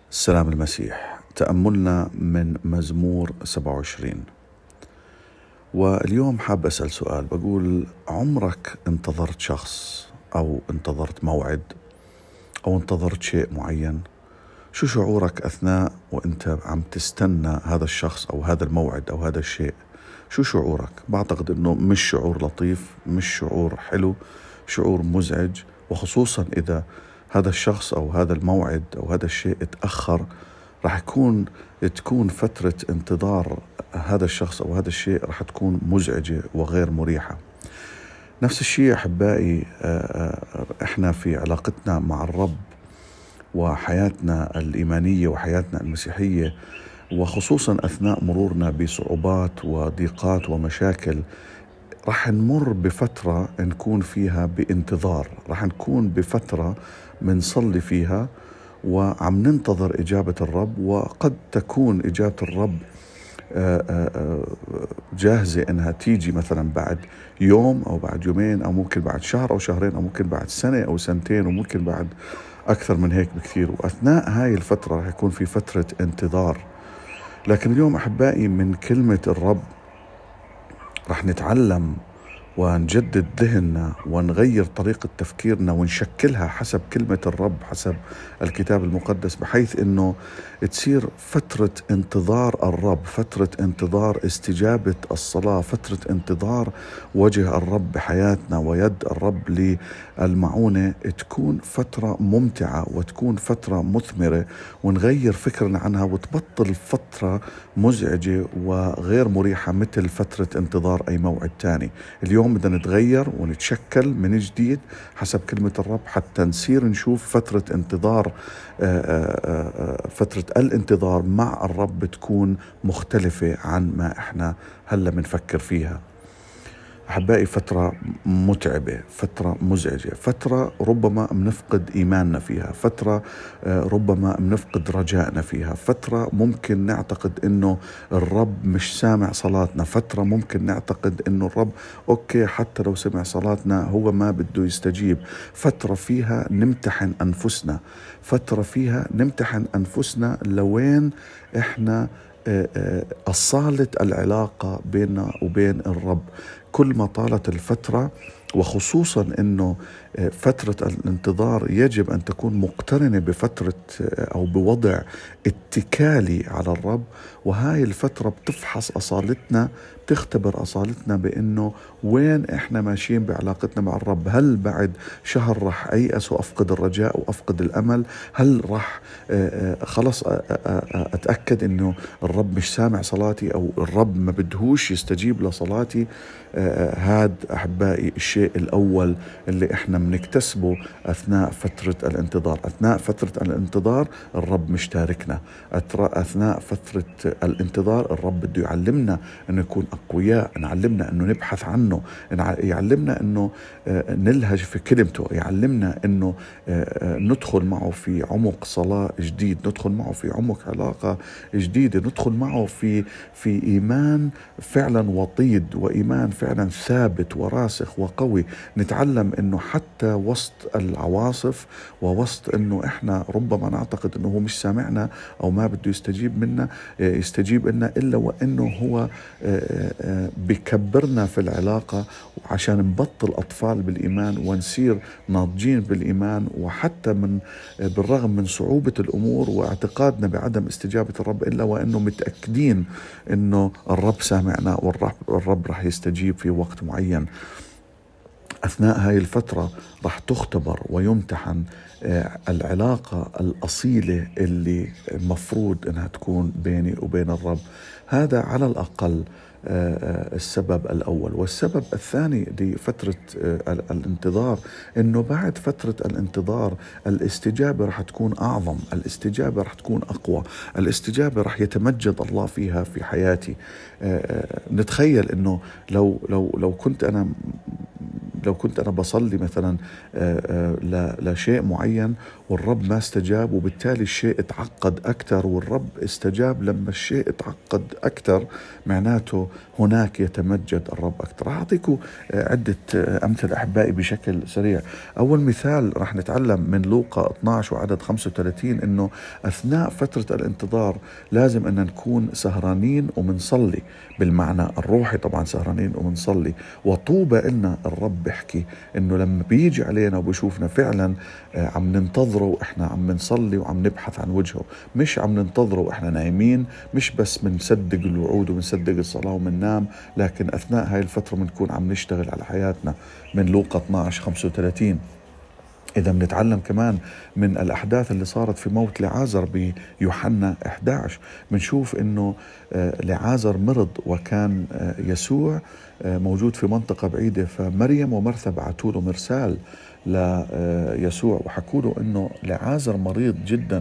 السلام المسيح. تأملنا من مزمور 27. واليوم حاب أسأل سؤال، بقول: عمرك انتظرت شخص أو انتظرت موعد أو انتظرت شيء معين؟ شو شعورك أثناء وأنت عم تستنى هذا الشخص أو هذا الموعد أو هذا الشيء؟ شو شعورك؟ بعتقد أنه مش شعور لطيف، مش شعور حلو، شعور مزعج، وخصوصا إذا هذا الشخص أو هذا الموعد أو هذا الشيء اتأخر. راح تكون فترة انتظار هذا الشخص أو هذا الشيء راح تكون مزعجة وغير مريحة. نفس الشيء أحبائي، إحنا في علاقتنا مع الرب وحياتنا الإيمانية وحياتنا المسيحية، وخصوصا أثناء مرورنا بصعوبات وضيقات ومشاكل، راح نمر بفترة نكون فيها بانتظار، راح نكون بفترة منصلي فيها وعم ننتظر إجابة الرب. وقد تكون إجابة الرب جاهزة إنها تيجي مثلا بعد يوم أو بعد يومين أو ممكن بعد شهر أو شهرين أو ممكن بعد سنة أو سنتين وممكن بعد أكثر من هيك بكثير. وأثناء هاي الفترة رح يكون في فترة انتظار. لكن اليوم أحبائي من كلمة الرب رح نتعلم ونجدد ذهننا ونغير طريقة تفكيرنا ونشكلها حسب كلمة الرب، حسب الكتاب المقدس، بحيث انه تصير فترة انتظار الرب، فترة انتظار استجابة الصلاة، فترة انتظار وجه الرب بحياتنا ويد الرب للمعونة، تكون فترة ممتعة وتكون فترة مثمرة، ونغير فكرنا عنها وتبطل فترة مزعجة وغير مريحة مثل فترة انتظار أي موعد تاني. اليوم بدنا نتغير ونتشكل من جديد حسب كلمة الرب حتى نصير نشوف فترة انتظار، فترة الانتظار مع الرب تكون مختلفة عن ما احنا هلا بنفكر فيها. أحبائي، فترة متعبة، فترة مزعجة، فترة ربما بنفقد إيماننا فيها، فترة ربما بنفقد رجائنا فيها، فترة ممكن نعتقد إنه الرب مش سامع صلاتنا، فترة ممكن نعتقد إنه الرب أوكي حتى لو سمع صلاتنا هو ما بده يستجيب. فترة فيها نمتحن أنفسنا، فترة فيها نمتحن أنفسنا لوين إحنا أصالة العلاقة بيننا وبين الرب. كل ما طالت الفترة، وخصوصا أنه فترة الانتظار يجب أن تكون مقترنة بفترة أو بوضع اتكالي على الرب. وهاي الفترة بتفحص أصالتنا، بتختبر أصالتنا بأنه وين إحنا ماشيين بعلاقتنا مع الرب. هل بعد شهر رح أيأس وأفقد الرجاء وأفقد الأمل؟ هل رح خلص أتأكد أنه الرب مش سامع صلاتي أو الرب ما بدهوش يستجيب لصلاتي؟ هذا أحبائي الشيء الأول اللي إحنا بنكتسبه أثناء فترة الانتظار. أثناء فترة الانتظار الرب مش تاركنا. أثناء فترة الانتظار الرب بده يعلمنا أن نكون أقوياء، يعلمنا أنه نبحث عنه، يعلمنا أنه نلهج في كلمته، يعلمنا أنه ندخل معه في عمق صلاة جديد، ندخل معه في عمق علاقة جديدة، ندخل معه في إيمان فعلا وطيد، وإيمان فعلا ثابت وراسخ وقوي. نتعلم أنه حتى وسط العواصف ووسط أنه إحنا ربما نعتقد أنه هو مش سامعنا أو ما بده يستجيب لنا إلا وأنه هو بكبرنا في العلاقة عشان نبطل أطفال بالإيمان ونصير ناضجين بالإيمان. وحتى بالرغم من صعوبة الأمور واعتقادنا بعدم استجابة الرب، إلا وأنه متأكدين أنه الرب سامعنا والرب رح يستجيب في وقت معين. أثناء هاي الفترة رح تختبر ويمتحن العلاقة الأصيلة اللي مفروض أنها تكون بيني وبين الرب. هذا على الأقل السبب الأول. والسبب الثاني لفترة الانتظار أنه بعد فترة الانتظار الاستجابة رح تكون أعظم، الاستجابة رح تكون أقوى، الاستجابة رح يتمجد الله فيها في حياتي. نتخيل أنه لو كنت أنا لو كنت أنا بصلي مثلا لشيء معين والرب ما استجاب، وبالتالي الشيء اتعقد أكثر، والرب استجاب لما الشيء اتعقد أكثر، معناته هناك يتمجد الرب أكثر. أعطيكم عدة أمثلة أحبائي بشكل سريع. أول مثال رح نتعلم من لوقا 12 وعدد 35 إنه أثناء فترة الانتظار لازم أن نكون سهرانين ومنصلي، بالمعنى الروحي طبعا سهرانين ومنصلي. وطوبى إلنا، الرب بيحكي إنه لما بيجي علينا وبيشوفنا فعلا عم ننتظره وإحنا عم نصلي وعم نبحث عن وجهه، مش عم ننتظره وإحنا نايمين، مش بس منصدق الوعود ومنصدق الصلاة ومننام، لكن أثناء هاي الفترة بنكون عم نشتغل على حياتنا. من لوقا 12:35. إذا بنتعلم كمان من الأحداث اللي صارت في موت لعازر بيوحنا 11، بنشوف إنه لعازر مرض، وكان يسوع موجود في منطقة بعيدة، فمريم ومرثا بعثوا له مرسال ليسوع وحكوا له إنه لعازر مريض جدا.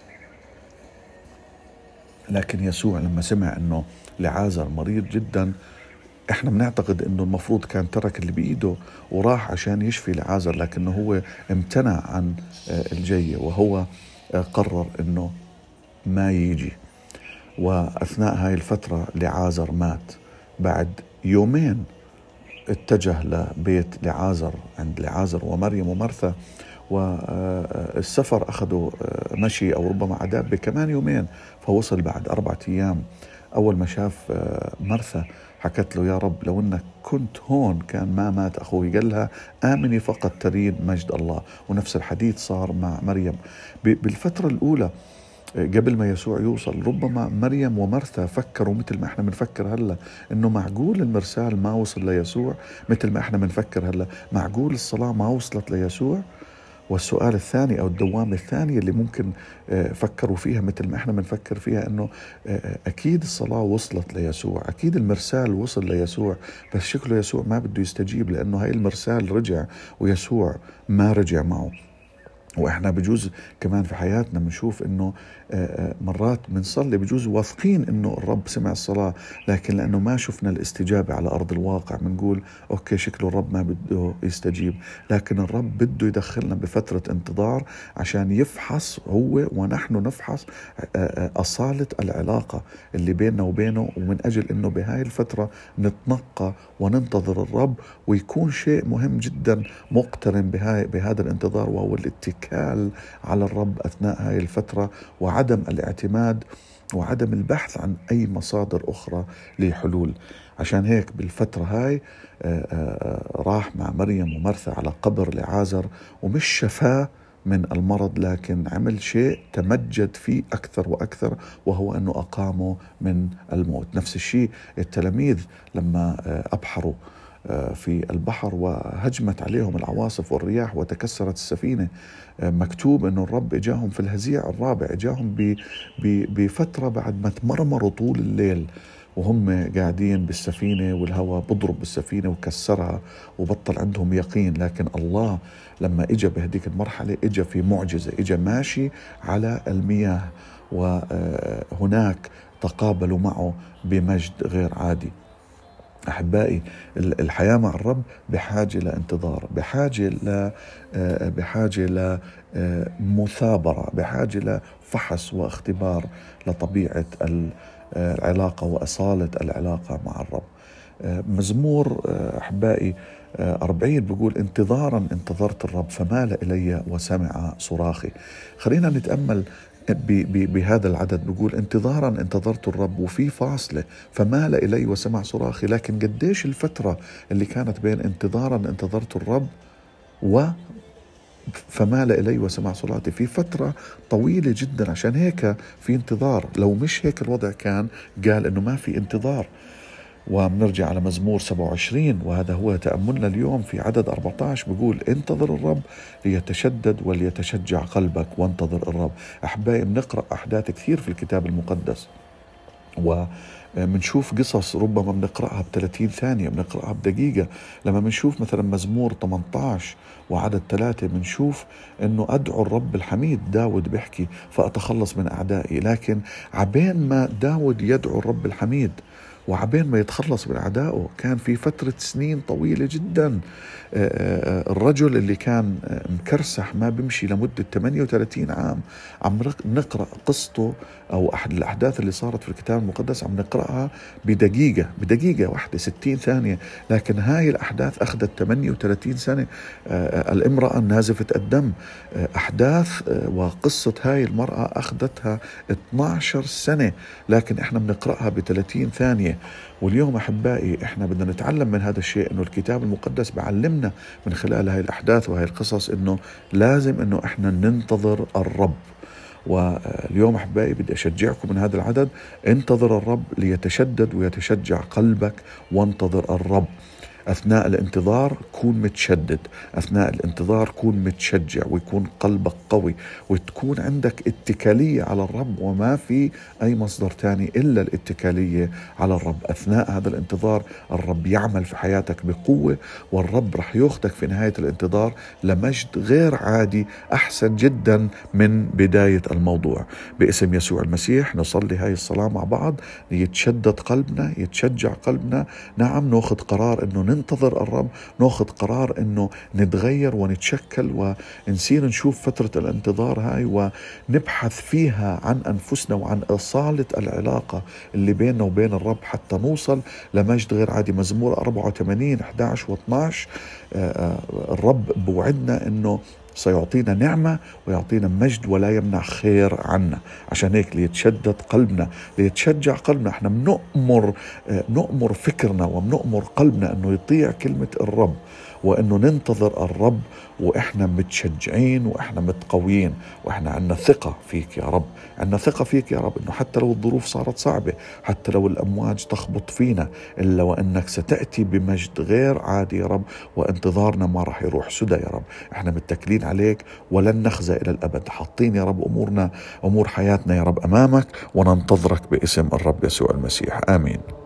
لكن يسوع لما سمع إنه لعازر مريض جدا، احنا بنعتقد انه المفروض كان ترك اللي بايده وراح عشان يشفي لعازر، لكنه هو امتنع عن الجية، وهو قرر انه ما يجي. واثناء هاي الفترة لعازر مات. بعد يومين اتجه لبيت لعازر عند لعازر ومريم ومرثا، والسفر أخذوا مشي أو ربما عدابة كمان يومين، فوصل بعد 4 أيام. أول ما شاف مرثا حكت له: يا رب لو أنك كنت هون كان ما مات أخوي. قال لها: آمني فقط ترين مجد الله. ونفس الحديث صار مع مريم. بالفترة الأولى قبل ما يسوع يوصل، ربما مريم ومرثا فكروا مثل ما احنا بنفكر هلا، انه معقول المرسال ما وصل ليسوع، مثل ما احنا بنفكر هلا معقول الصلاة ما وصلت ليسوع. والسؤال الثاني أو الدوامة الثانية اللي ممكن فكروا فيها مثل ما احنا بنفكر فيها، انه اكيد الصلاة وصلت ليسوع، اكيد المرسال وصل ليسوع، بس شكله يسوع ما بده يستجيب، لانه هاي المرسال رجع ويسوع ما رجع معه. واحنا بجوز كمان في حياتنا بنشوف انه مرات بنصلي بجوز واثقين انه الرب سمع الصلاة، لكن لانه ما شفنا الاستجابة على ارض الواقع بنقول اوكي شكله الرب ما بده يستجيب. لكن الرب بده يدخلنا بفترة انتظار عشان يفحص هو ونحن نفحص أصالة العلاقة اللي بيننا وبينه، ومن اجل انه بهاي الفترة نتنقى وننتظر الرب. ويكون شيء مهم جدا مقترن بهذا الانتظار، وهو الاتكال على الرب أثناء هاي الفترة، وعدم الاعتماد وعدم البحث عن أي مصادر أخرى لحلول. عشان هيك بالفترة هاي راح مع مريم ومرثا على قبر لعازر، ومش شفاه من المرض، لكن عمل شيء تمجد فيه أكثر وأكثر، وهو أنه أقامه من الموت. نفس الشيء التلاميذ لما أبحروا في البحر وهجمت عليهم العواصف والرياح وتكسرت السفينة، مكتوب أنه الرب إجاهم في الهزيع الرابع، إجاهم بفترة بعد ما تمرمروا طول الليل وهم قاعدين بالسفينة، والهواء بضرب بالسفينة وكسرها وبطل عندهم يقين. لكن الله لما إجا بهديك المرحلة إجا في معجزة، إجا ماشي على المياه، وهناك تقابلوا معه بمجد غير عادي. أحبائي، الحياة مع الرب بحاجة لانتظار، بحاجة لمثابرة، بحاجة لفحص واختبار لطبيعة العلاقة وأصالة العلاقة مع الرب. مزمور أحبائي 40 بيقول: انتظارا انتظرت الرب فمال إلي وسمع صراخي. خلينا نتأمل بهذا العدد. بيقول انتظارا انتظرت الرب، وفي فاصلة فمال إلي وسمع صراخي. لكن قديش الفترة اللي كانت بين انتظارا انتظرت الرب فمال إلي وسمع صلاتي؟ في فترة طويلة جدا. عشان هيك في انتظار. لو مش هيك الوضع كان قال إنه ما في انتظار. وبنرجع على مزمور 27، وهذا هو تأملنا اليوم في عدد 14. بيقول: انتظر الرب ليتشدد وليتشجع قلبك وانتظر الرب. أحبائي، بنقرأ أحداث كثير في الكتاب المقدس، ومنشوف قصص ربما بنقرأها ب30 ثانية، بنقرأها بدقيقة. لما بنشوف مثلا مزمور 18 وعدد 3 بنشوف انه ادعو الرب الحميد. داود بيحكي فاتخلص من اعدائي، لكن عبين ما داود يدعو الرب الحميد وعبين ما يتخلص من أعدائه كان في فترة سنين طويلة جدا. الرجل اللي كان مكرسح ما بيمشي لمدة 38 عام، عم نقرأ قصته أو أحد الأحداث اللي صارت في الكتاب المقدس عم نقرأها بدقيقة واحدة 60 ثانية، لكن هاي الأحداث أخذت 38 سنة. الامرأة نازفة الدم، أحداث وقصة هاي المرأة أخذتها 12 سنة، لكن إحنا بنقرأها ب30 ثانية. واليوم أحبائي إحنا بدنا نتعلم من هذا الشيء، إنه الكتاب المقدس بعلمنا من خلال هاي الأحداث وهاي القصص إنه لازم إنه إحنا ننتظر الرب. واليوم أحبائي بدي أشجعكم من هذا العدد: انتظر الرب ليتشدد ويتشجع قلبك، وانتظر الرب. أثناء الانتظار كون متشدد، أثناء الانتظار كون متشجع، ويكون قلبك قوي، وتكون عندك اتكالية على الرب، وما في أي مصدر تاني إلا الاتكالية على الرب. أثناء هذا الانتظار الرب يعمل في حياتك بقوة، والرب رح ياخدك في نهاية الانتظار لمجد غير عادي، أحسن جدا من بداية الموضوع. باسم يسوع المسيح نصلي هاي الصلاة مع بعض ليتشدد قلبنا، يتشجع قلبنا. نعم، ناخذ قرار إنه ننتظر الرب، ناخذ قرار انه نتغير ونتشكل، ونصير نشوف فترة الانتظار هاي ونبحث فيها عن انفسنا وعن اصالة العلاقة اللي بيننا وبين الرب حتى نوصل لمجد غير عادي. مزمور 84 11 و12 الرب بوعدنا انه سيعطينا نعمة ويعطينا مجد ولا يمنع خير عنا. عشان هيك ليتشدد قلبنا، ليتشجع قلبنا. احنا نؤمر فكرنا وبنؤمر قلبنا انه يطيع كلمة الرب، وانه ننتظر الرب، واحنا متشجعين واحنا متقويين، واحنا عندنا ثقة فيك يا رب، عندنا ثقة فيك يا رب، انه حتى لو الظروف صارت صعبة، حتى لو الامواج تخبط فينا، الا وانك ستأتي بمجد غير عادي يا رب، وانتظارنا ما راح يروح سدى يا رب. احنا متكلين عليك ولن نخزى الى الابد، حاطين يا رب امور حياتنا يا رب امامك، وننتظرك باسم الرب يسوع المسيح. امين.